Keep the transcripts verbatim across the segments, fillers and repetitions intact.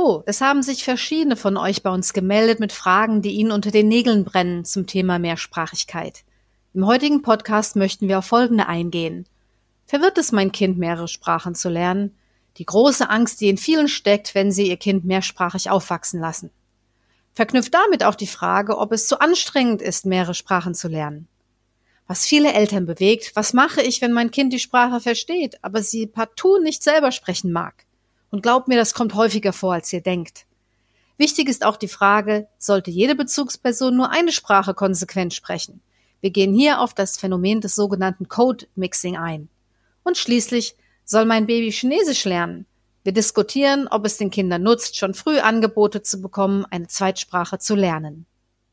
Hallo, es haben sich verschiedene von euch bei uns gemeldet mit Fragen, die ihnen unter den Nägeln brennen zum Thema Mehrsprachigkeit. Im heutigen Podcast möchten wir auf folgende eingehen. Verwirrt es mein Kind, mehrere Sprachen zu lernen? Die große Angst, die in vielen steckt, wenn sie ihr Kind mehrsprachig aufwachsen lassen. Verknüpft damit auch die Frage, ob es zu anstrengend ist, mehrere Sprachen zu lernen. Was viele Eltern bewegt, was mache ich, wenn mein Kind die Sprache versteht, aber sie partout nicht selber sprechen mag? Und glaubt mir, das kommt häufiger vor, als ihr denkt. Wichtig ist auch die Frage, sollte jede Bezugsperson nur eine Sprache konsequent sprechen? Wir gehen hier auf das Phänomen des sogenannten Code-Mixing ein. Und schließlich, soll mein Baby Chinesisch lernen? Wir diskutieren, ob es den Kindern nutzt, schon früh Angebote zu bekommen, eine Zweitsprache zu lernen.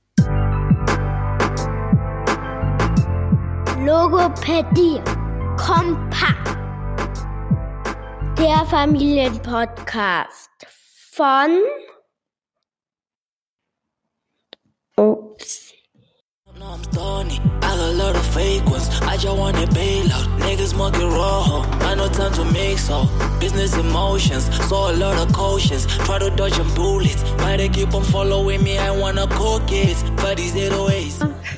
Logopädie kompakt. Der Familienpodcast von Ups. I'm thorny, I got a lot of fake ones. I just want to bail out. Niggas monkey rojo. I no time to mix up. Business emotions, so a lot of cautions. Try to dodge them bullets. Why they keep on following me? I wanna cook it. For these little ways.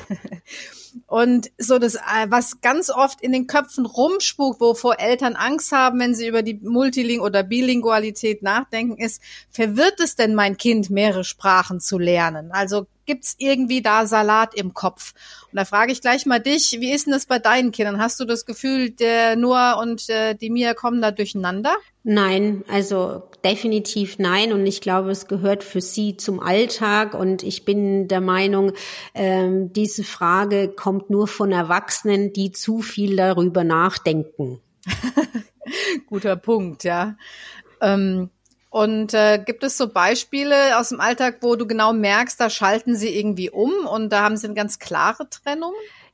Und so das, was ganz oft in den Köpfen rumspukt, wovor Eltern Angst haben, wenn sie über die Multiling- oder Bilingualität nachdenken, ist, verwirrt es denn mein Kind, mehrere Sprachen zu lernen? Also gibt's irgendwie da Salat im Kopf? Und da frage ich gleich mal dich, wie ist denn das bei deinen Kindern? Hast du das Gefühl, der Noah und äh, die Mia kommen da durcheinander? Nein, also definitiv nein. Und ich glaube, es gehört für sie zum Alltag. Und ich bin der Meinung, ähm, diese Frage kommt nur von Erwachsenen, die zu viel darüber nachdenken. Guter Punkt, ja. Ähm, Und äh, gibt es so Beispiele aus dem Alltag, wo du genau merkst, da schalten sie irgendwie um und da haben sie eine ganz klare Trennung?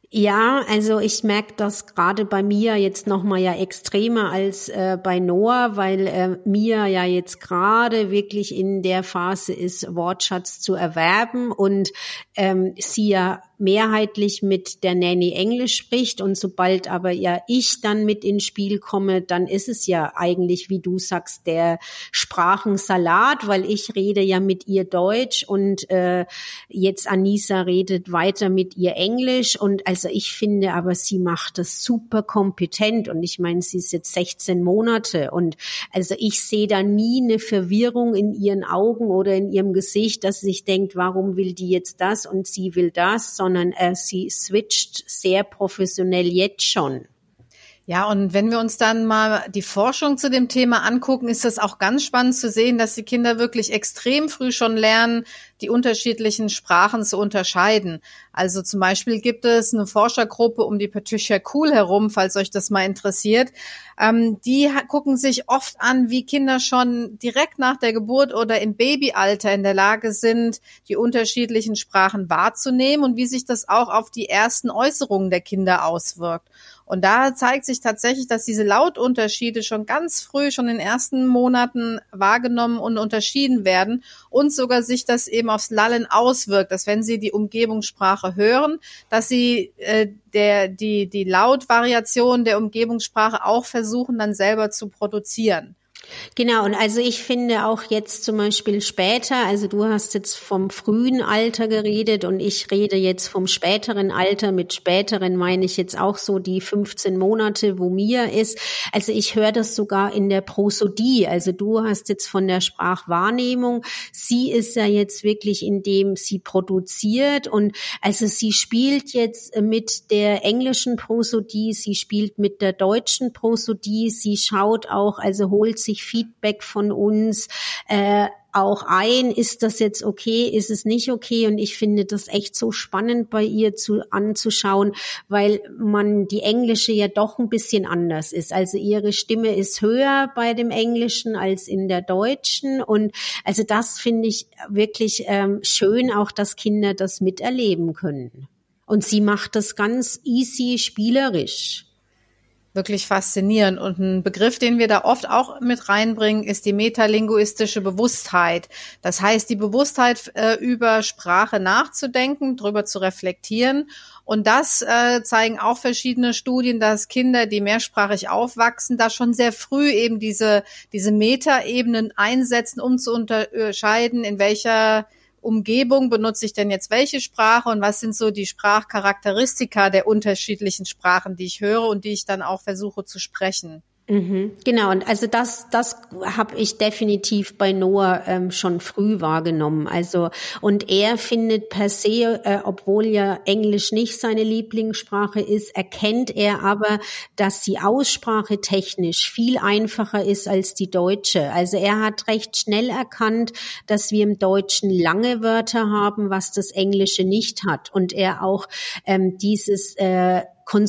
Ja, also ich merke das gerade bei Mia jetzt nochmal ja extremer als äh, bei Noah, weil äh, Mia ja jetzt gerade wirklich in der Phase ist, Wortschatz zu erwerben und ähm, sie ja mehrheitlich mit der Nanny Englisch spricht und sobald aber ja ich dann mit ins Spiel komme, dann ist es ja eigentlich, wie du sagst, der Sprachensalat, weil ich rede ja mit ihr Deutsch und äh, jetzt Anissa redet weiter mit ihr Englisch und also ich finde aber, sie macht das super kompetent und ich meine, sie ist jetzt sechzehn Monate und also ich sehe da nie eine Verwirrung in ihren Augen oder in ihrem Gesicht, dass sie sich denkt, warum will die jetzt das und sie will das, sondern sondern äh, sie switcht sehr professionell jetzt schon. Ja, und wenn wir uns dann mal die Forschung zu dem Thema angucken, ist das auch ganz spannend zu sehen, dass die Kinder wirklich extrem früh schon lernen, die unterschiedlichen Sprachen zu unterscheiden. Also zum Beispiel gibt es eine Forschergruppe um die Patricia Kuhl herum, falls euch das mal interessiert. Ähm, die gucken sich oft an, wie Kinder schon direkt nach der Geburt oder im Babyalter in der Lage sind, die unterschiedlichen Sprachen wahrzunehmen und wie sich das auch auf die ersten Äußerungen der Kinder auswirkt. Und da zeigt sich tatsächlich, dass diese Lautunterschiede schon ganz früh, schon in den ersten Monaten wahrgenommen und unterschieden werden und sogar sich das eben aufs Lallen auswirkt, dass wenn sie die Umgebungssprache hören, dass sie äh, der die die Lautvariation der Umgebungssprache auch versuchen, dann selber zu produzieren. Genau, und also ich finde auch jetzt zum Beispiel später, also du hast jetzt vom frühen Alter geredet und ich rede jetzt vom späteren Alter, mit späteren meine ich jetzt auch so die fünfzehn Monate, wo Mia ist, also ich höre das sogar in der Prosodie, also du hast jetzt von der Sprachwahrnehmung, sie ist ja jetzt wirklich in dem sie produziert und also sie spielt jetzt mit der englischen Prosodie, sie spielt mit der deutschen Prosodie, sie schaut auch, also holt sich Feedback von uns äh, auch ein, ist das jetzt okay, ist es nicht okay und ich finde das echt so spannend bei ihr zu anzuschauen, weil man die Englische ja doch ein bisschen anders ist, also ihre Stimme ist höher bei dem Englischen als in der Deutschen und also das finde ich wirklich ähm, schön, auch dass Kinder das miterleben können und sie macht das ganz easy spielerisch. Wirklich faszinierend. Und ein Begriff, den wir da oft auch mit reinbringen, ist die metalinguistische Bewusstheit. Das heißt, die Bewusstheit, äh, über Sprache nachzudenken, drüber zu reflektieren. Und das äh, zeigen auch verschiedene Studien, dass Kinder, die mehrsprachig aufwachsen, da schon sehr früh eben diese, diese Metaebenen einsetzen, um zu unterscheiden, in welcher Umgebung benutze ich denn jetzt welche Sprache und was sind so die Sprachcharakteristika der unterschiedlichen Sprachen, die ich höre und die ich dann auch versuche zu sprechen. Mhm, genau, und also das, das habe ich definitiv bei Noah ähm, schon früh wahrgenommen. Also und er findet per se, äh, obwohl ja Englisch nicht seine Lieblingssprache ist, erkennt er aber, dass die Aussprache technisch viel einfacher ist als die deutsche. Also er hat recht schnell erkannt, dass wir im Deutschen lange Wörter haben, was das Englische nicht hat. Und er auch ähm, dieses äh,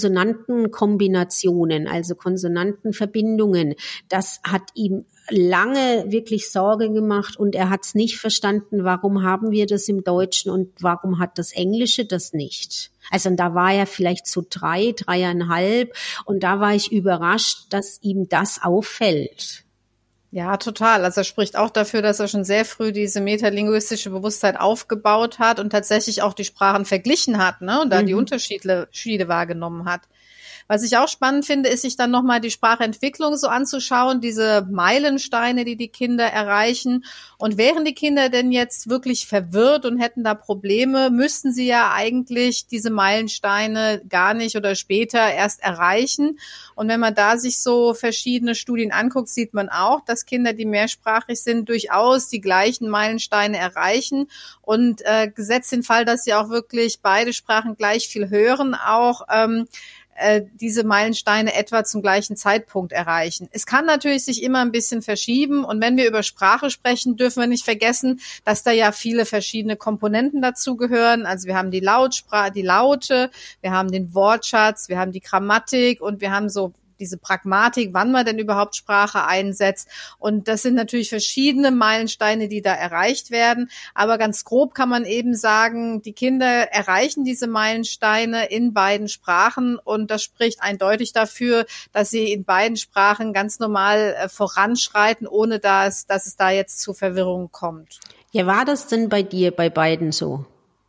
Konsonantenkombinationen, also Konsonantenverbindungen, das hat ihm lange wirklich Sorge gemacht und er hat es nicht verstanden, warum haben wir das im Deutschen und warum hat das Englische das nicht. Also und da war er vielleicht so drei, dreieinhalb und da war ich überrascht, dass ihm das auffällt. Ja, total. Also er spricht auch dafür, dass er schon sehr früh diese metalinguistische Bewusstheit aufgebaut hat und tatsächlich auch die Sprachen verglichen hat, ne, und da mhm. die Unterschiede wahrgenommen hat. Was ich auch spannend finde, ist, sich dann nochmal die Sprachentwicklung so anzuschauen, diese Meilensteine, die die Kinder erreichen. Und wären die Kinder denn jetzt wirklich verwirrt und hätten da Probleme, müssten sie ja eigentlich diese Meilensteine gar nicht oder später erst erreichen. Und wenn man da sich so verschiedene Studien anguckt, sieht man auch, dass Kinder, die mehrsprachig sind, durchaus die gleichen Meilensteine erreichen. Und äh, gesetzt den Fall, dass sie auch wirklich beide Sprachen gleich viel hören, auch ähm, diese Meilensteine etwa zum gleichen Zeitpunkt erreichen. Es kann natürlich sich immer ein bisschen verschieben und wenn wir über Sprache sprechen, dürfen wir nicht vergessen, dass da ja viele verschiedene Komponenten dazugehören. Also wir haben die Lautsprache, die Laute, wir haben den Wortschatz, wir haben die Grammatik und wir haben so diese Pragmatik, wann man denn überhaupt Sprache einsetzt. Und das sind natürlich verschiedene Meilensteine, die da erreicht werden. Aber ganz grob kann man eben sagen, die Kinder erreichen diese Meilensteine in beiden Sprachen. Und das spricht eindeutig dafür, dass sie in beiden Sprachen ganz normal äh, voranschreiten, ohne dass, dass es da jetzt zu Verwirrung kommt. Ja, war das denn bei dir bei beiden so?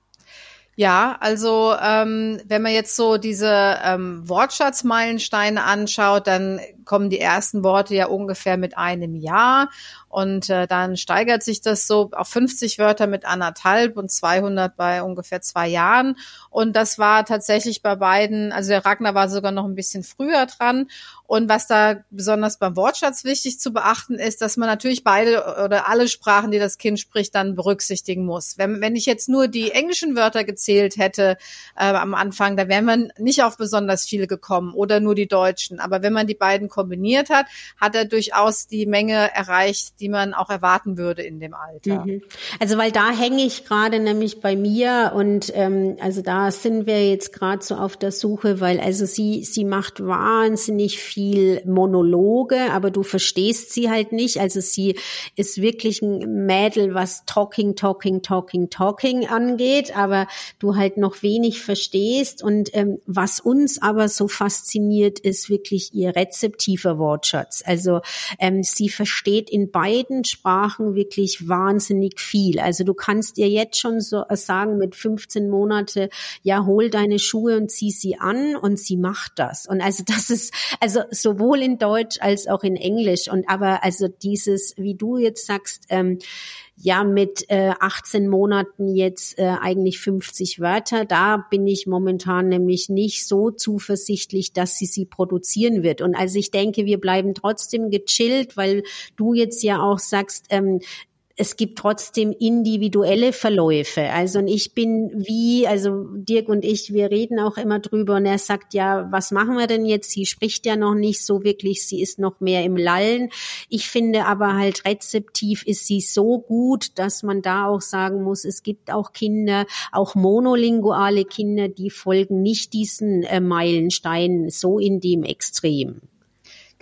Ja, also ähm, wenn man jetzt so diese ähm, Wortschatzmeilensteine anschaut, dann kommen die ersten Worte ja ungefähr mit einem Jahr und äh, dann steigert sich das so auf fünfzig Wörter mit anderthalb und zweihundert bei ungefähr zwei Jahren und das war tatsächlich bei beiden, also der Ragnar war sogar noch ein bisschen früher dran und was da besonders beim Wortschatz wichtig zu beachten ist, dass man natürlich beide oder alle Sprachen, die das Kind spricht, dann berücksichtigen muss. Wenn, wenn ich jetzt nur die englischen Wörter gezählt hätte äh, am Anfang, da wären wir nicht auf besonders viel gekommen oder nur die deutschen, aber wenn man die beiden kombiniert hat, hat er durchaus die Menge erreicht, die man auch erwarten würde in dem Alter. Mhm. Also weil da hänge ich gerade nämlich bei mir und ähm, also da sind wir jetzt gerade so auf der Suche, weil also sie sie macht wahnsinnig viel Monologe, aber du verstehst sie halt nicht. Also sie ist wirklich ein Mädel, was Talking, Talking, Talking, Talking angeht, aber du halt noch wenig verstehst und ähm, was uns aber so fasziniert, ist wirklich ihr rezeptiver Wortschatz. Also ähm, sie versteht in beiden Sprachen wirklich wahnsinnig viel. Also du kannst ihr jetzt schon so sagen mit fünfzehn Monate, ja, hol deine Schuhe und zieh sie an und sie macht das. Und also das ist, also sowohl in Deutsch als auch in Englisch. Und aber also dieses, wie du jetzt sagst, ähm, ja, mit äh, achtzehn Monaten jetzt äh, eigentlich fünfzig Wörter. Da bin ich momentan nämlich nicht so zuversichtlich, dass sie sie produzieren wird. Und also ich denke, wir bleiben trotzdem gechillt, weil du jetzt ja auch sagst, ähm, es gibt trotzdem individuelle Verläufe. Also und ich bin wie, also Dirk und ich, wir reden auch immer drüber und er sagt, ja, was machen wir denn jetzt? Sie spricht ja noch nicht so wirklich, sie ist noch mehr im Lallen. Ich finde aber halt rezeptiv ist sie so gut, dass man da auch sagen muss, es gibt auch Kinder, auch monolinguale Kinder, die folgen nicht diesen äh, Meilensteinen so in dem Extrem.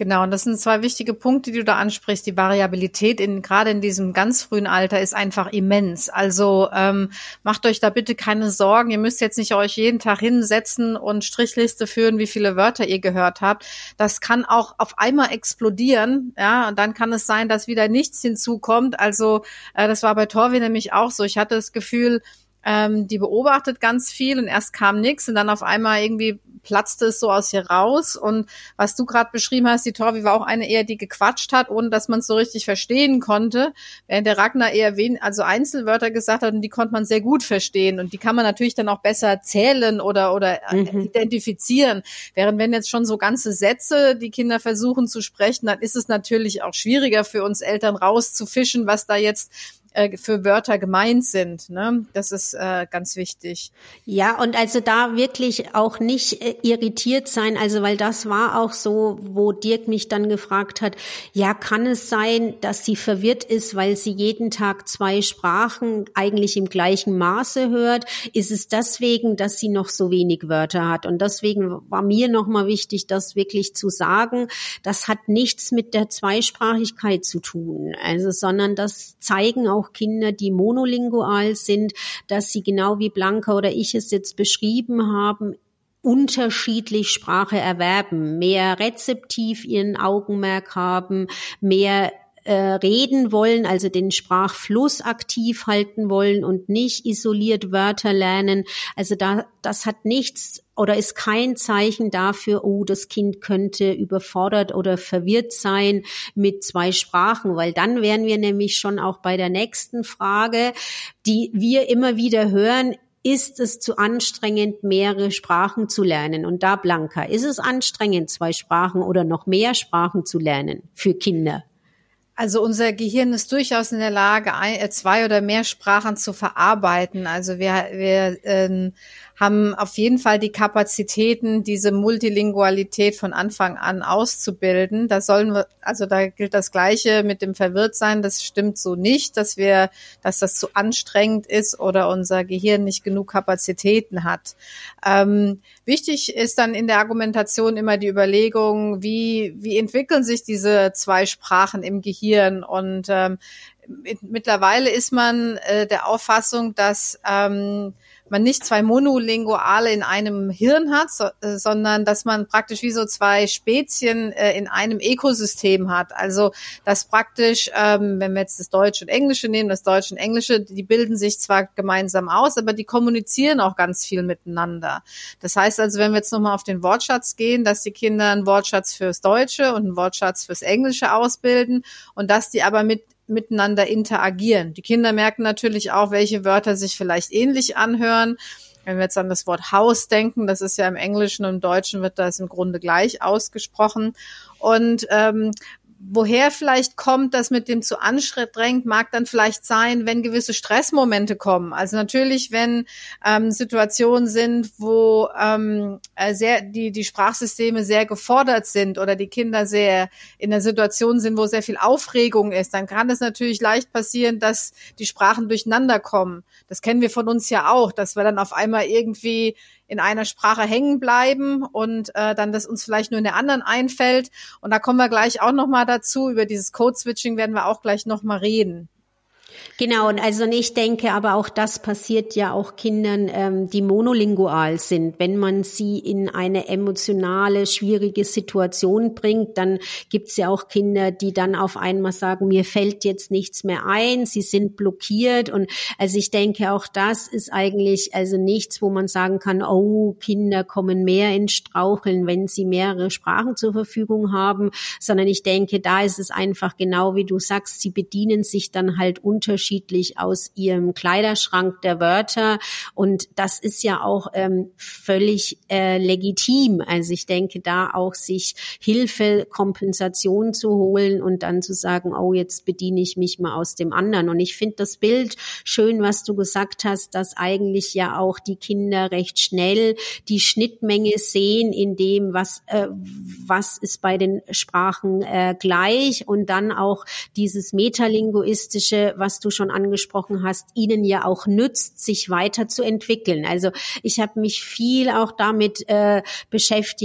Genau, und das sind zwei wichtige Punkte, die du da ansprichst. Die Variabilität in gerade in diesem ganz frühen Alter ist einfach immens. Also ähm, macht euch da bitte keine Sorgen. Ihr müsst jetzt nicht euch jeden Tag hinsetzen und Strichliste führen, wie viele Wörter ihr gehört habt. Das kann auch auf einmal explodieren, ja, und dann kann es sein, dass wieder nichts hinzukommt. Also äh, das war bei Torvi nämlich auch so. Ich hatte das Gefühl, Ähm, die beobachtet ganz viel und erst kam nichts und dann auf einmal irgendwie platzte es so aus ihr raus. Und was du gerade beschrieben hast, die Torvi war auch eine eher, die gequatscht hat, ohne dass man es so richtig verstehen konnte, während der Ragnar eher wen, also Einzelwörter gesagt hat und die konnte man sehr gut verstehen und die kann man natürlich dann auch besser zählen oder oder mhm. identifizieren. Während wenn jetzt schon so ganze Sätze die Kinder versuchen zu sprechen, dann ist es natürlich auch schwieriger für uns Eltern rauszufischen, was da jetzt für Wörter gemeint sind, ne? Das ist äh, ganz wichtig. Ja, und also da wirklich auch nicht äh, irritiert sein, also weil das war auch so, wo Dirk mich dann gefragt hat, ja, kann es sein, dass sie verwirrt ist, weil sie jeden Tag zwei Sprachen eigentlich im gleichen Maße hört? Ist es deswegen, dass sie noch so wenig Wörter hat? Und deswegen war mir nochmal wichtig, das wirklich zu sagen, das hat nichts mit der Zweisprachigkeit zu tun, also sondern das zeigen auch auch Kinder, die monolingual sind, dass sie genau wie Blanca oder ich es jetzt beschrieben haben, unterschiedlich Sprache erwerben, mehr rezeptiv ihren Augenmerk haben, mehr äh, reden wollen, also den Sprachfluss aktiv halten wollen und nicht isoliert Wörter lernen. Also da, das hat nichts oder ist kein Zeichen dafür, oh, das Kind könnte überfordert oder verwirrt sein mit zwei Sprachen, weil dann wären wir nämlich schon auch bei der nächsten Frage, die wir immer wieder hören. Ist es zu anstrengend, mehrere Sprachen zu lernen? Und da, Blanca, ist es anstrengend, zwei Sprachen oder noch mehr Sprachen zu lernen für Kinder? Also unser Gehirn ist durchaus in der Lage, ein, zwei oder mehr Sprachen zu verarbeiten. Also wir, wir ähm, haben auf jeden Fall die Kapazitäten, diese Multilingualität von Anfang an auszubilden. Da sollen wir, also da gilt das Gleiche mit dem Verwirrtsein. Das stimmt so nicht, dass wir, dass das zu anstrengend ist oder unser Gehirn nicht genug Kapazitäten hat. Ähm, wichtig ist dann in der Argumentation immer die Überlegung, wie, wie entwickeln sich diese zwei Sprachen im Gehirn? Und ähm, mit, mittlerweile ist man äh, der Auffassung, dass ähm, man nicht zwei Monolinguale in einem Hirn hat, so, äh, sondern dass man praktisch wie so zwei Spezien äh, in einem Ökosystem hat. Also dass praktisch, ähm, wenn wir jetzt das Deutsche und Englische nehmen, das Deutsche und Englische, die bilden sich zwar gemeinsam aus, aber die kommunizieren auch ganz viel miteinander. Das heißt also, wenn wir jetzt nochmal auf den Wortschatz gehen, dass die Kinder einen Wortschatz fürs Deutsche und einen Wortschatz fürs Englische ausbilden und dass die aber mit miteinander interagieren. Die Kinder merken natürlich auch, welche Wörter sich vielleicht ähnlich anhören. Wenn wir jetzt an das Wort Haus denken, das ist ja im Englischen und im Deutschen wird das im Grunde gleich ausgesprochen. Und ähm, woher vielleicht kommt, das mit dem zu anstrengend, mag dann vielleicht sein, wenn gewisse Stressmomente kommen. Also natürlich, wenn ähm, Situationen sind, wo ähm, sehr die die Sprachsysteme sehr gefordert sind oder die Kinder sehr in der Situation sind, wo sehr viel Aufregung ist, dann kann es natürlich leicht passieren, dass die Sprachen durcheinander kommen. Das kennen wir von uns ja auch, dass wir dann auf einmal irgendwie in einer Sprache hängen bleiben und äh, dann das uns vielleicht nur in der anderen einfällt. Und da kommen wir gleich auch nochmal dazu. Über dieses Code-Switching werden wir auch gleich nochmal reden. Genau, und also ich denke, aber auch das passiert ja auch Kindern, ähm, die monolingual sind. Wenn man sie in eine emotionale, schwierige Situation bringt, dann gibt's ja auch Kinder, die dann auf einmal sagen, mir fällt jetzt nichts mehr ein, sie sind blockiert. Und also ich denke, auch das ist eigentlich also nichts, wo man sagen kann, oh, Kinder kommen mehr ins Straucheln, wenn sie mehrere Sprachen zur Verfügung haben, sondern ich denke, da ist es einfach genau, wie du sagst, sie bedienen sich dann halt unterschiedlich aus ihrem Kleiderschrank der Wörter und das ist ja auch ähm, völlig äh, legitim. Also ich denke, da auch sich Hilfe, Kompensation zu holen und dann zu sagen, oh, jetzt bediene ich mich mal aus dem anderen. Und ich finde das Bild schön, was du gesagt hast, dass eigentlich ja auch die Kinder recht schnell die Schnittmenge sehen in dem, was äh, was ist bei den Sprachen äh, gleich und dann auch dieses Metalinguistische, was du schon angesprochen hast, ihnen ja auch nützt, sich weiterzuentwickeln. Also ich habe mich viel auch damit äh, beschäftigt,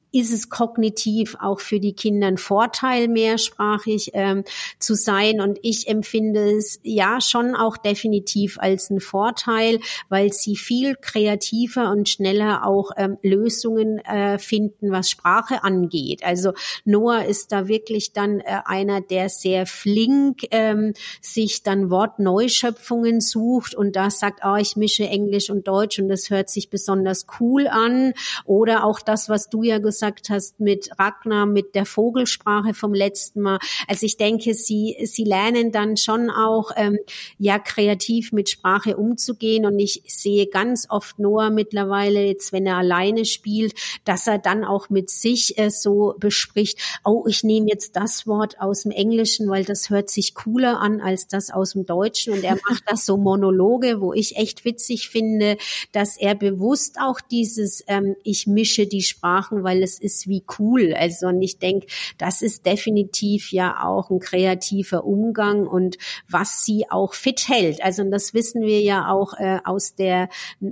ist es kognitiv auch für die Kinder ein Vorteil, mehrsprachig ähm, zu sein. Und ich empfinde es ja schon auch definitiv als einen Vorteil, weil sie viel kreativer und schneller auch ähm, Lösungen äh, finden, was Sprache angeht. Also Noah ist da wirklich dann äh, einer, der sehr flink ähm, sich dann Wortneuschöpfungen sucht und da sagt, ah, ich mische Englisch und Deutsch und das hört sich besonders cool an. Oder auch das, was du ja gesagt hast mit Ragnar, mit der Vogelsprache vom letzten Mal. Also ich denke, sie sie lernen dann schon auch ähm, ja kreativ mit Sprache umzugehen und ich sehe ganz oft Noah mittlerweile, jetzt wenn er alleine spielt, dass er dann auch mit sich äh, so bespricht, oh, ich nehme jetzt das Wort aus dem Englischen, weil das hört sich cooler an als das aus dem Deutschen und er macht das so Monologe, wo ich echt witzig finde, dass er bewusst auch dieses ähm, ich mische die Sprachen, weil es ist wie cool. Also und ich denke, das ist definitiv ja auch ein kreativer Umgang und was sie auch fit hält. Also und das wissen wir ja auch äh, aus der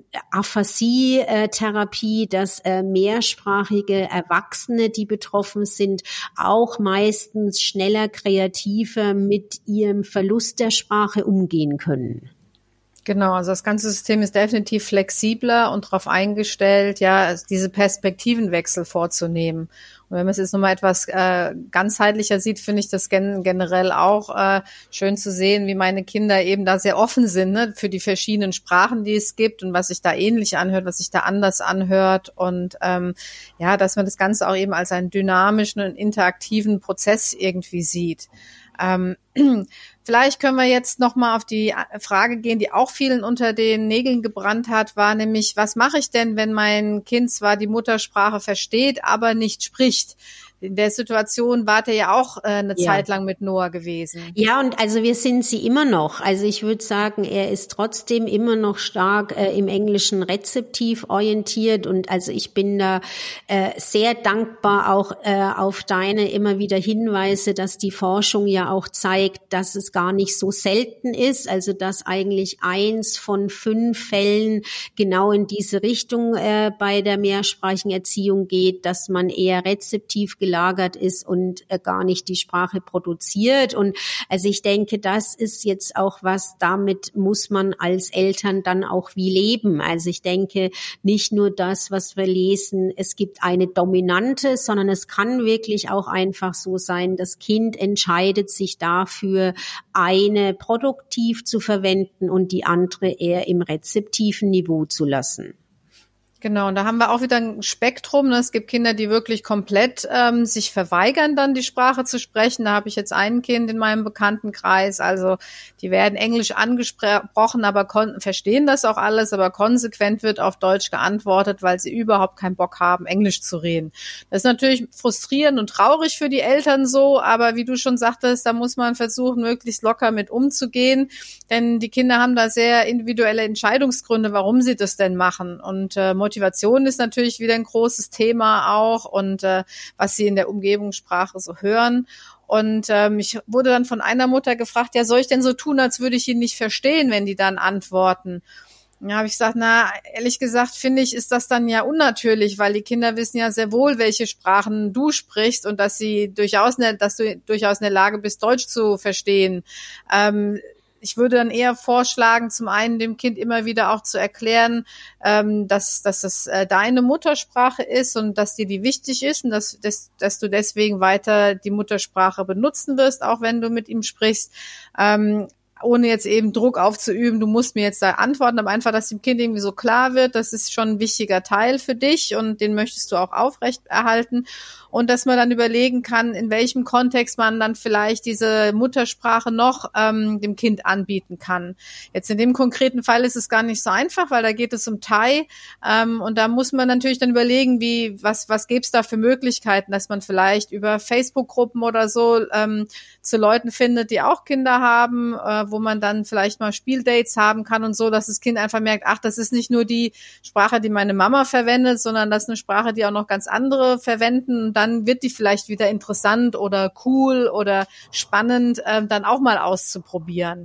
Aphasie-Therapie, dass äh, mehrsprachige Erwachsene, die betroffen sind, auch meistens schneller, kreativer mit ihrem Verlust der Sprache umgehen können. Genau, also das ganze System ist definitiv flexibler und darauf eingestellt, ja, diese Perspektivenwechsel vorzunehmen. Und wenn man es jetzt nochmal etwas äh, ganzheitlicher sieht, finde ich das gen- generell auch äh, schön zu sehen, wie meine Kinder eben da sehr offen sind, ne, für die verschiedenen Sprachen, die es gibt und was sich da ähnlich anhört, was sich da anders anhört und ähm, ja, dass man das Ganze auch eben als einen dynamischen und interaktiven Prozess irgendwie sieht. Ähm, vielleicht können wir jetzt noch mal auf die Frage gehen, die auch vielen unter den Nägeln gebrannt hat, war nämlich, was mache ich denn, wenn mein Kind zwar die Muttersprache versteht, aber nicht spricht? In der Situation wart ihr ja auch äh, eine ja. Zeit lang mit Noah gewesen. Ja, und also wir sind sie immer noch. Also ich würde sagen, er ist trotzdem immer noch stark äh, im Englischen rezeptiv orientiert und also ich bin da äh, sehr dankbar auch äh, auf deine immer wieder Hinweise, dass die Forschung ja auch zeigt, dass es gar nicht so selten ist, also dass eigentlich eins von fünf Fällen genau in diese Richtung äh, bei der mehrsprachigen Erziehung geht, dass man eher rezeptiv gelagert ist und äh, gar nicht die Sprache produziert. Und also ich denke, das ist jetzt auch was, damit muss man als Eltern dann auch wie leben. Also ich denke, nicht nur das, was wir lesen, es gibt eine Dominante, sondern es kann wirklich auch einfach so sein, das Kind entscheidet sich dafür, eine produktiv zu verwenden und die andere eher im rezeptiven Niveau zu lassen. Genau, und da haben wir auch wieder ein Spektrum. Es gibt Kinder, die wirklich komplett ähm, sich verweigern, dann die Sprache zu sprechen. Da habe ich jetzt ein Kind in meinem Bekanntenkreis. Also die werden Englisch angesprochen, aber kon- verstehen das auch alles, aber konsequent wird auf Deutsch geantwortet, weil sie überhaupt keinen Bock haben, Englisch zu reden. Das ist natürlich frustrierend und traurig für die Eltern so, aber wie du schon sagtest, da muss man versuchen, möglichst locker mit umzugehen, denn die Kinder haben da sehr individuelle Entscheidungsgründe, warum sie das denn machen. Und äh, Motivation ist natürlich wieder ein großes Thema auch und äh, was sie in der Umgebungssprache so hören. Und ähm, ich wurde dann von einer Mutter gefragt, ja, soll ich denn so tun, als würde ich ihn nicht verstehen, wenn die dann antworten? Ja, habe ich gesagt, na, ehrlich gesagt, finde ich, ist das dann ja unnatürlich, weil die Kinder wissen ja sehr wohl, welche Sprachen du sprichst und dass sie durchaus, ne, dass du durchaus in der Lage bist, Deutsch zu verstehen. Ähm, Ich würde dann eher vorschlagen, zum einen dem Kind immer wieder auch zu erklären, ähm, dass, dass das äh, deine Muttersprache ist und dass dir die wichtig ist und dass, dass, dass du deswegen weiter die Muttersprache benutzen wirst, auch wenn du mit ihm sprichst. Ähm, ohne jetzt eben Druck aufzuüben, du musst mir jetzt da antworten, aber einfach, dass dem Kind irgendwie so klar wird, das ist schon ein wichtiger Teil für dich und den möchtest du auch aufrechterhalten. Und dass man dann überlegen kann, in welchem Kontext man dann vielleicht diese Muttersprache noch ähm, dem Kind anbieten kann. Jetzt in dem konkreten Fall ist es gar nicht so einfach, weil da geht es um Thai ähm, und da muss man natürlich dann überlegen, wie was was gäbe es da für Möglichkeiten, dass man vielleicht über Facebook-Gruppen oder so ähm, zu Leuten findet, die auch Kinder haben, äh, wo man dann vielleicht mal Spieldates haben kann und so, dass das Kind einfach merkt, ach, das ist nicht nur die Sprache, die meine Mama verwendet, sondern das ist eine Sprache, die auch noch ganz andere verwenden. Und dann wird die vielleicht wieder interessant oder cool oder spannend, äh, dann auch mal auszuprobieren.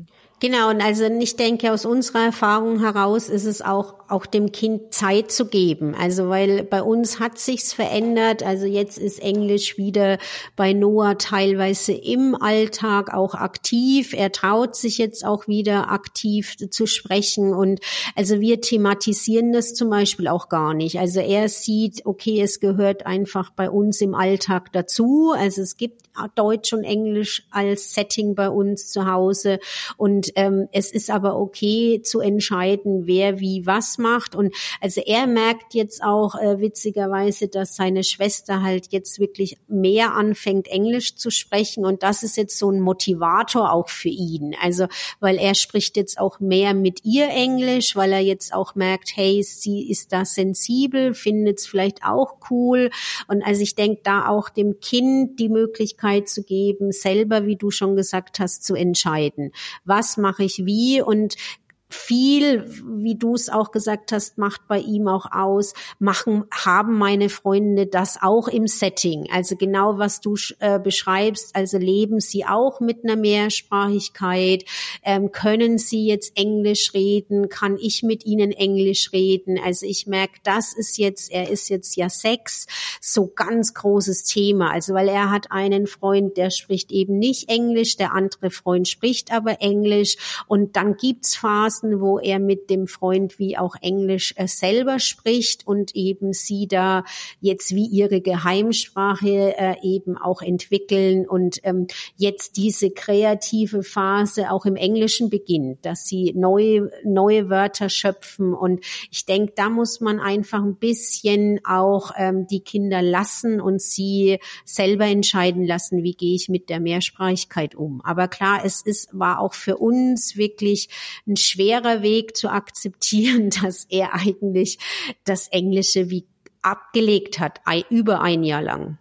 Genau, und also ich denke, aus unserer Erfahrung heraus ist es auch, auch dem Kind Zeit zu geben. Also weil bei uns hat sich's verändert. Also jetzt ist Englisch wieder bei Noah teilweise im Alltag auch aktiv. Er traut sich jetzt auch wieder aktiv zu sprechen. Und also wir thematisieren das zum Beispiel auch gar nicht. Also er sieht, okay, es gehört einfach bei uns im Alltag dazu. Also es gibt Deutsch und Englisch als Setting bei uns zu Hause. Und ähm, es ist aber okay zu entscheiden, wer wie was macht. Und also er merkt jetzt auch äh, witzigerweise, dass seine Schwester halt jetzt wirklich mehr anfängt, Englisch zu sprechen. Und das ist jetzt so ein Motivator auch für ihn. Also weil er spricht jetzt auch mehr mit ihr Englisch, weil er jetzt auch merkt, hey, sie ist da sensibel, findet es vielleicht auch cool. Und also ich denke, da auch dem Kind die Möglichkeit zu geben, selber, wie du schon gesagt hast, zu entscheiden. Was mache ich wie? Und viel, wie du es auch gesagt hast, macht bei ihm auch aus, machen, haben meine Freunde das auch im Setting. Also genau, was du äh, beschreibst, also leben sie auch mit einer Mehrsprachigkeit, ähm, können sie jetzt Englisch reden, kann ich mit ihnen Englisch reden? Also ich merke, das ist jetzt, er ist jetzt ja sechs, so ganz großes Thema. Also weil er hat einen Freund, der spricht eben nicht Englisch, der andere Freund spricht aber Englisch und dann gibt's Phasen, wo er mit dem Freund wie auch Englisch äh, selber spricht und eben sie da jetzt wie ihre Geheimsprache äh, eben auch entwickeln und ähm, jetzt diese kreative Phase auch im Englischen beginnt, dass sie neue neue Wörter schöpfen und ich denke, da muss man einfach ein bisschen auch ähm, die Kinder lassen und sie selber entscheiden lassen, wie gehe ich mit der Mehrsprachigkeit um. Aber klar, es ist war auch für uns wirklich ein schwerer Weg zu akzeptieren, dass er eigentlich das Englische wie abgelegt hat, über ein Jahr lang.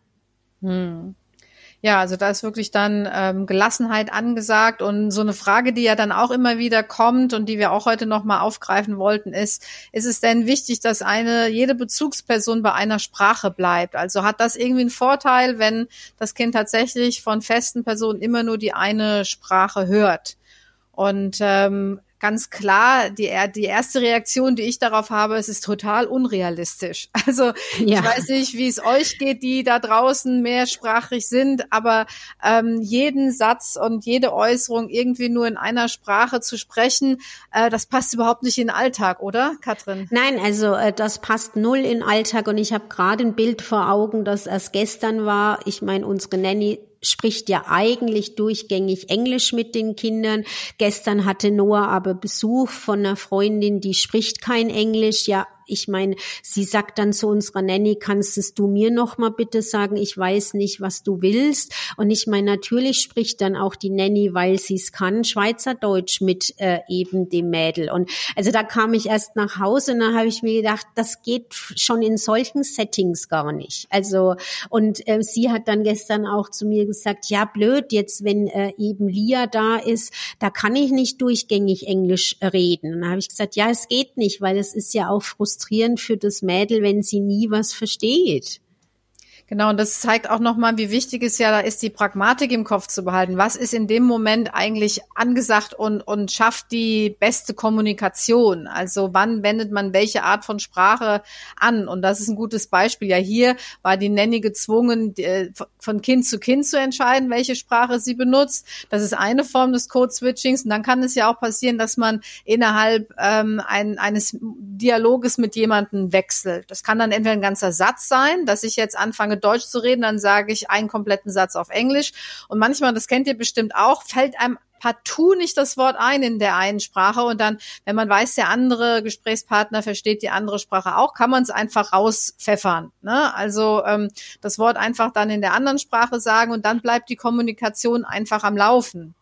Hm. Ja, also da ist wirklich dann ähm, Gelassenheit angesagt und so eine Frage, die ja dann auch immer wieder kommt und die wir auch heute nochmal aufgreifen wollten, ist, ist es denn wichtig, dass eine jede Bezugsperson bei einer Sprache bleibt? Also hat das irgendwie einen Vorteil, wenn das Kind tatsächlich von festen Personen immer nur die eine Sprache hört? Und ähm, ganz klar, die, die erste Reaktion, die ich darauf habe, es ist total unrealistisch. Also ja. Ich weiß nicht, wie es euch geht, die da draußen mehrsprachig sind, aber ähm, jeden Satz und jede Äußerung irgendwie nur in einer Sprache zu sprechen, äh, das passt überhaupt nicht in den Alltag, oder, Katrin? Nein, also äh, das passt null in den Alltag und ich habe gerade ein Bild vor Augen, das erst gestern war. Ich meine, unsere Nanny spricht ja eigentlich durchgängig Englisch mit den Kindern. Gestern hatte Noah aber Besuch von einer Freundin, die spricht kein Englisch. Ja, ich meine, sie sagt dann zu unserer Nanny, kannst es du mir noch mal bitte sagen, ich weiß nicht, was du willst. Und ich meine, natürlich spricht dann auch die Nanny, weil sie es kann, Schweizerdeutsch mit äh, eben dem Mädel. Und also da kam ich erst nach Hause und dann habe ich mir gedacht, das geht schon in solchen Settings gar nicht. Also und äh, sie hat dann gestern auch zu mir gesagt, ja blöd, jetzt wenn äh, eben Lia da ist, da kann ich nicht durchgängig Englisch reden. Und dann habe ich gesagt, ja, es geht nicht, weil es ist ja auch frustrierend für das Mädel, wenn sie nie was versteht. Genau, und das zeigt auch nochmal, wie wichtig es ja da ist, die Pragmatik im Kopf zu behalten. Was ist in dem Moment eigentlich angesagt und, und schafft die beste Kommunikation? Also wann wendet man welche Art von Sprache an? Und das ist ein gutes Beispiel. Ja, hier war die Nanny gezwungen, von Kind zu Kind zu entscheiden, welche Sprache sie benutzt. Das ist eine Form des Code-Switchings. Und dann kann es ja auch passieren, dass man innerhalb ähm, ein, eines Dialoges mit jemandem wechselt. Das kann dann entweder ein ganzer Satz sein, dass ich jetzt anfange, Deutsch zu reden, dann sage ich einen kompletten Satz auf Englisch. Und manchmal, das kennt ihr bestimmt auch, fällt einem partout nicht das Wort ein in der einen Sprache. Und dann, wenn man weiß, der andere Gesprächspartner versteht die andere Sprache auch, kann man es einfach rauspfeffern. Ne? Also ähm, das Wort einfach dann in der anderen Sprache sagen und dann bleibt die Kommunikation einfach am Laufen.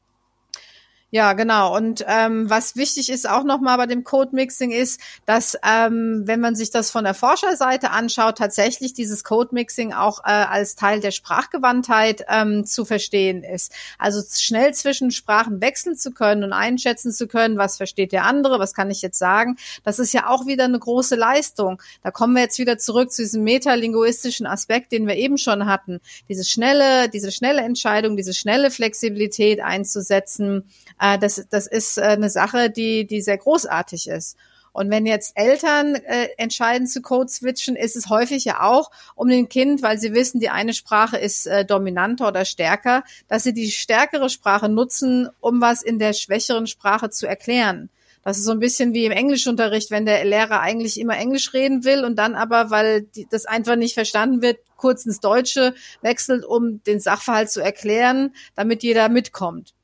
Ja, genau. Und ähm, was wichtig ist auch nochmal bei dem Code-Mixing ist, dass, ähm, wenn man sich das von der Forscherseite anschaut, tatsächlich dieses Code-Mixing auch äh, als Teil der Sprachgewandtheit ähm, zu verstehen ist. Also schnell zwischen Sprachen wechseln zu können und einschätzen zu können, was versteht der andere, was kann ich jetzt sagen, das ist ja auch wieder eine große Leistung. Da kommen wir jetzt wieder zurück zu diesem metalinguistischen Aspekt, den wir eben schon hatten. Diese schnelle, diese schnelle Entscheidung, diese schnelle Flexibilität einzusetzen, Äh, das, das ist äh, eine Sache, die, die sehr großartig ist. Und wenn jetzt Eltern äh, entscheiden zu Code-Switchen, ist es häufig ja auch um den Kind, weil sie wissen, die eine Sprache ist äh, dominanter oder stärker, dass sie die stärkere Sprache nutzen, um was in der schwächeren Sprache zu erklären. Das ist so ein bisschen wie im Englischunterricht, wenn der Lehrer eigentlich immer Englisch reden will und dann aber, weil die, das einfach nicht verstanden wird, kurz ins Deutsche wechselt, um den Sachverhalt zu erklären, damit jeder mitkommt.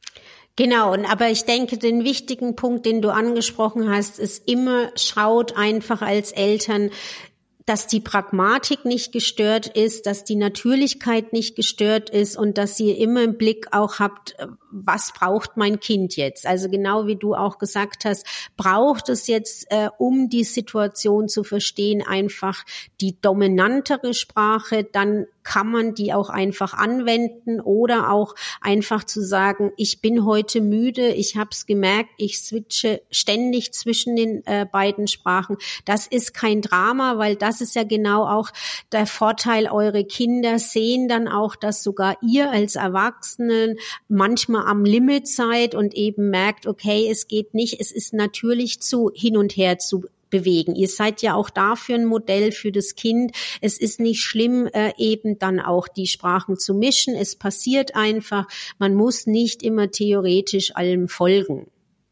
Genau, und aber ich denke, den wichtigen Punkt, den du angesprochen hast, ist immer, schaut einfach als Eltern, dass die Pragmatik nicht gestört ist, dass die Natürlichkeit nicht gestört ist und dass ihr immer im Blick auch habt, was braucht mein Kind jetzt? Also genau wie du auch gesagt hast, braucht es jetzt, äh, um die Situation zu verstehen, einfach die dominantere Sprache, dann kann man die auch einfach anwenden oder auch einfach zu sagen, ich bin heute müde, ich habe es gemerkt, ich switche ständig zwischen den äh, beiden Sprachen. Das ist kein Drama, weil das ist ja genau auch der Vorteil, eure Kinder sehen dann auch, dass sogar ihr als Erwachsenen manchmal am Limit seid und eben merkt, okay, es geht nicht, es ist natürlich zu hin und her zu bewegen. Ihr seid ja auch dafür ein Modell für das Kind. Es ist nicht schlimm, äh, eben dann auch die Sprachen zu mischen. Es passiert einfach. Man muss nicht immer theoretisch allem folgen.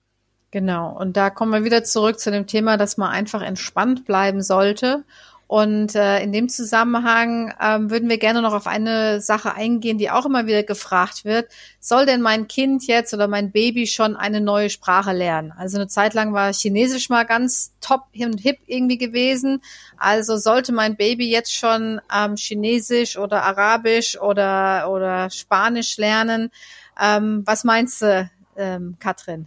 Genau. Und da kommen wir wieder zurück zu dem Thema, dass man einfach entspannt bleiben sollte. Und äh, in dem Zusammenhang ähm, würden wir gerne noch auf eine Sache eingehen, die auch immer wieder gefragt wird. Soll denn mein Kind jetzt oder mein Baby schon eine neue Sprache lernen? Also eine Zeit lang war Chinesisch mal ganz top und hip irgendwie gewesen. Also sollte mein Baby jetzt schon ähm, Chinesisch oder Arabisch oder oder Spanisch lernen? Ähm, was meinst du, ähm, Katrin?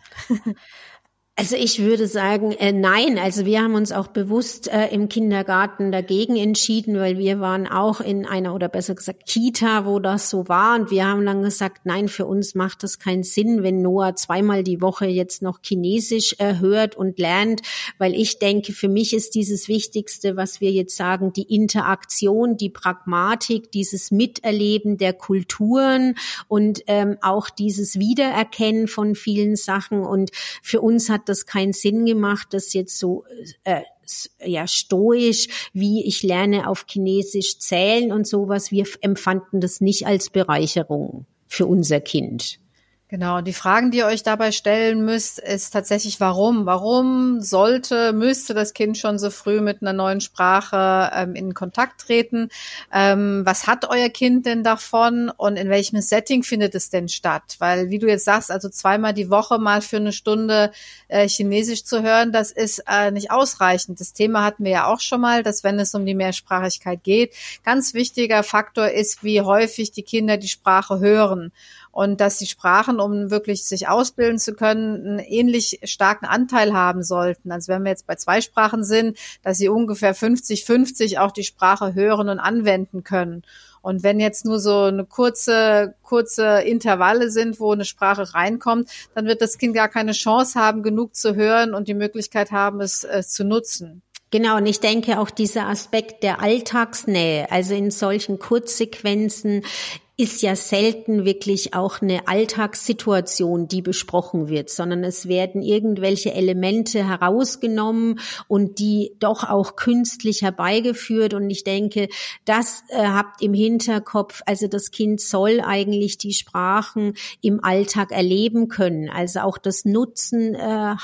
Also ich würde sagen, äh, nein. Also wir haben uns auch bewusst äh, im Kindergarten dagegen entschieden, weil wir waren auch in einer, oder besser gesagt Kita, wo das so war. Und wir haben dann gesagt, nein, für uns macht das keinen Sinn, wenn Noah zweimal die Woche jetzt noch Chinesisch äh, hört und lernt. Weil ich denke, für mich ist dieses Wichtigste, was wir jetzt sagen, die Interaktion, die Pragmatik, dieses Miterleben der Kulturen und ähm, auch dieses Wiedererkennen von vielen Sachen. Und für uns hat das keinen Sinn gemacht, das jetzt so äh, ja stoisch, wie ich lerne auf Chinesisch zählen und sowas. Wir empfanden das nicht als Bereicherung für unser Kind. Genau, die Fragen, die ihr euch dabei stellen müsst, ist tatsächlich, warum? Warum sollte, müsste das Kind schon so früh mit einer neuen Sprache ähm, in Kontakt treten? Ähm, was hat euer Kind denn davon und in welchem Setting findet es denn statt? Weil, wie du jetzt sagst, also zweimal die Woche mal für eine Stunde äh, Chinesisch zu hören, das ist äh, nicht ausreichend. Das Thema hatten wir ja auch schon mal, dass wenn es um die Mehrsprachigkeit geht, ganz wichtiger Faktor ist, wie häufig die Kinder die Sprache hören. Und dass die Sprachen, um wirklich sich ausbilden zu können, einen ähnlich starken Anteil haben sollten. Also wenn wir jetzt bei zwei Sprachen sind, dass sie ungefähr fünfzig fünfzig auch die Sprache hören und anwenden können. Und wenn jetzt nur so eine kurze, kurze Intervalle sind, wo eine Sprache reinkommt, dann wird das Kind gar keine Chance haben, genug zu hören und die Möglichkeit haben, es, es zu nutzen. Genau, und ich denke auch dieser Aspekt der Alltagsnähe, also in solchen Kurzsequenzen ist ja selten wirklich auch eine Alltagssituation, die besprochen wird, sondern es werden irgendwelche Elemente herausgenommen und die doch auch künstlich herbeigeführt. Und ich denke, das äh, habt im Hinterkopf, also das Kind soll eigentlich die Sprachen im Alltag erleben können, also auch das Nutzen äh,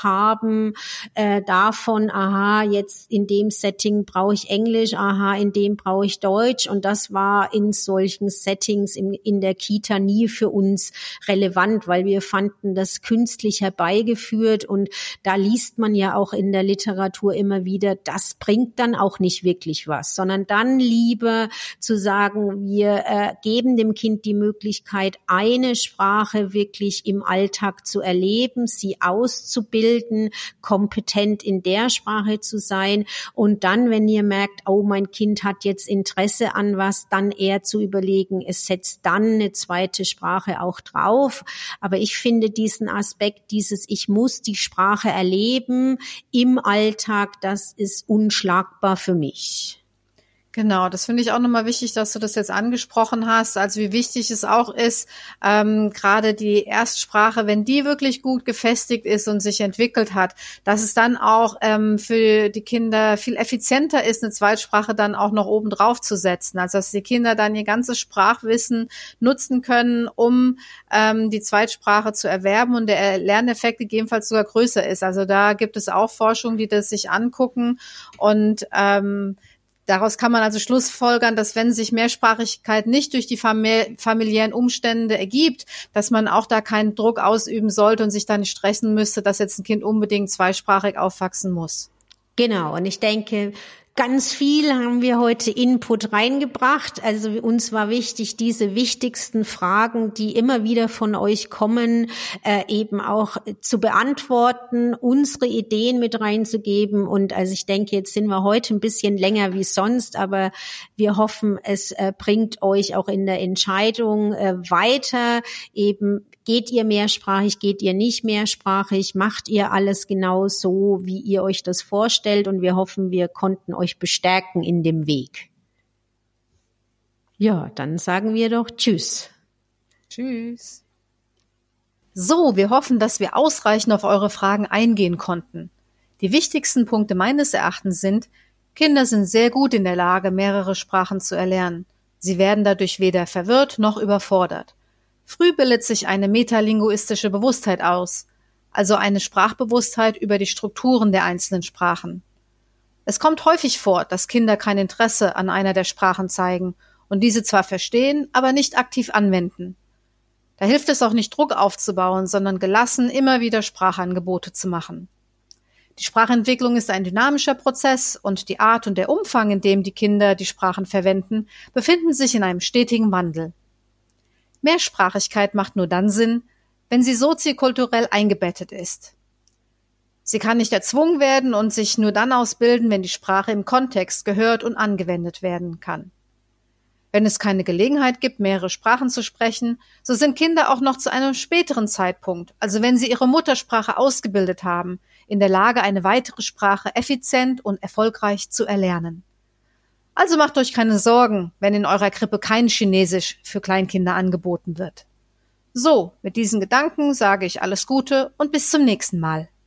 haben äh, davon, aha, jetzt in dem Setting brauche ich Englisch, aha, in dem brauche ich Deutsch. Und das war in solchen Settings in der Kita nie für uns relevant, weil wir fanden das künstlich herbeigeführt und da liest man ja auch in der Literatur immer wieder, das bringt dann auch nicht wirklich was, sondern dann lieber zu sagen, wir äh, geben dem Kind die Möglichkeit, eine Sprache wirklich im Alltag zu erleben, sie auszubilden, kompetent in der Sprache zu sein und dann, wenn ihr merkt, oh, mein Kind hat jetzt Interesse an was, dann eher zu überlegen, es setzt dann eine zweite Sprache auch drauf. Aber ich finde diesen Aspekt, dieses ich muss die Sprache erleben im Alltag, das ist unschlagbar für mich. Genau, das finde ich auch nochmal wichtig, dass du das jetzt angesprochen hast. Also wie wichtig es auch ist, ähm, gerade die Erstsprache, wenn die wirklich gut gefestigt ist und sich entwickelt hat, dass es dann auch ähm, für die Kinder viel effizienter ist, eine Zweitsprache dann auch noch oben drauf zu setzen. Also dass die Kinder dann ihr ganzes Sprachwissen nutzen können, um ähm, die Zweitsprache zu erwerben und der Lerneffekt gegebenenfalls sogar größer ist. Also da gibt es auch Forschung, die das sich angucken und ähm, daraus kann man also schlussfolgern, dass wenn sich Mehrsprachigkeit nicht durch die familiären Umstände ergibt, dass man auch da keinen Druck ausüben sollte und sich da nicht stressen müsste, dass jetzt ein Kind unbedingt zweisprachig aufwachsen muss. Genau, und ich denke, ganz viel haben wir heute Input reingebracht. Also uns war wichtig, diese wichtigsten Fragen, die immer wieder von euch kommen, äh, eben auch zu beantworten, unsere Ideen mit reinzugeben. Und also ich denke, jetzt sind wir heute ein bisschen länger wie sonst, aber wir hoffen, es äh, bringt euch auch in der Entscheidung äh, weiter. Eben, geht ihr mehrsprachig, geht ihr nicht mehrsprachig, macht ihr alles genau so, wie ihr euch das vorstellt, und wir hoffen, wir konnten euch bestärken in dem Weg. Ja, dann sagen wir doch Tschüss. Tschüss. So, wir hoffen, dass wir ausreichend auf eure Fragen eingehen konnten. Die wichtigsten Punkte meines Erachtens sind: Kinder sind sehr gut in der Lage, mehrere Sprachen zu erlernen. Sie werden dadurch weder verwirrt noch überfordert. Früh bildet sich eine metalinguistische Bewusstheit aus, also eine Sprachbewusstheit über die Strukturen der einzelnen Sprachen. Es kommt häufig vor, dass Kinder kein Interesse an einer der Sprachen zeigen und diese zwar verstehen, aber nicht aktiv anwenden. Da hilft es auch nicht, Druck aufzubauen, sondern gelassen immer wieder Sprachangebote zu machen. Die Sprachentwicklung ist ein dynamischer Prozess und die Art und der Umfang, in dem die Kinder die Sprachen verwenden, befinden sich in einem stetigen Wandel. Mehrsprachigkeit macht nur dann Sinn, wenn sie soziokulturell eingebettet ist. Sie kann nicht erzwungen werden und sich nur dann ausbilden, wenn die Sprache im Kontext gehört und angewendet werden kann. Wenn es keine Gelegenheit gibt, mehrere Sprachen zu sprechen, so sind Kinder auch noch zu einem späteren Zeitpunkt, also wenn sie ihre Muttersprache ausgebildet haben, in der Lage, eine weitere Sprache effizient und erfolgreich zu erlernen. Also macht euch keine Sorgen, wenn in eurer Krippe kein Chinesisch für Kleinkinder angeboten wird. So, mit diesen Gedanken sage ich alles Gute und bis zum nächsten Mal.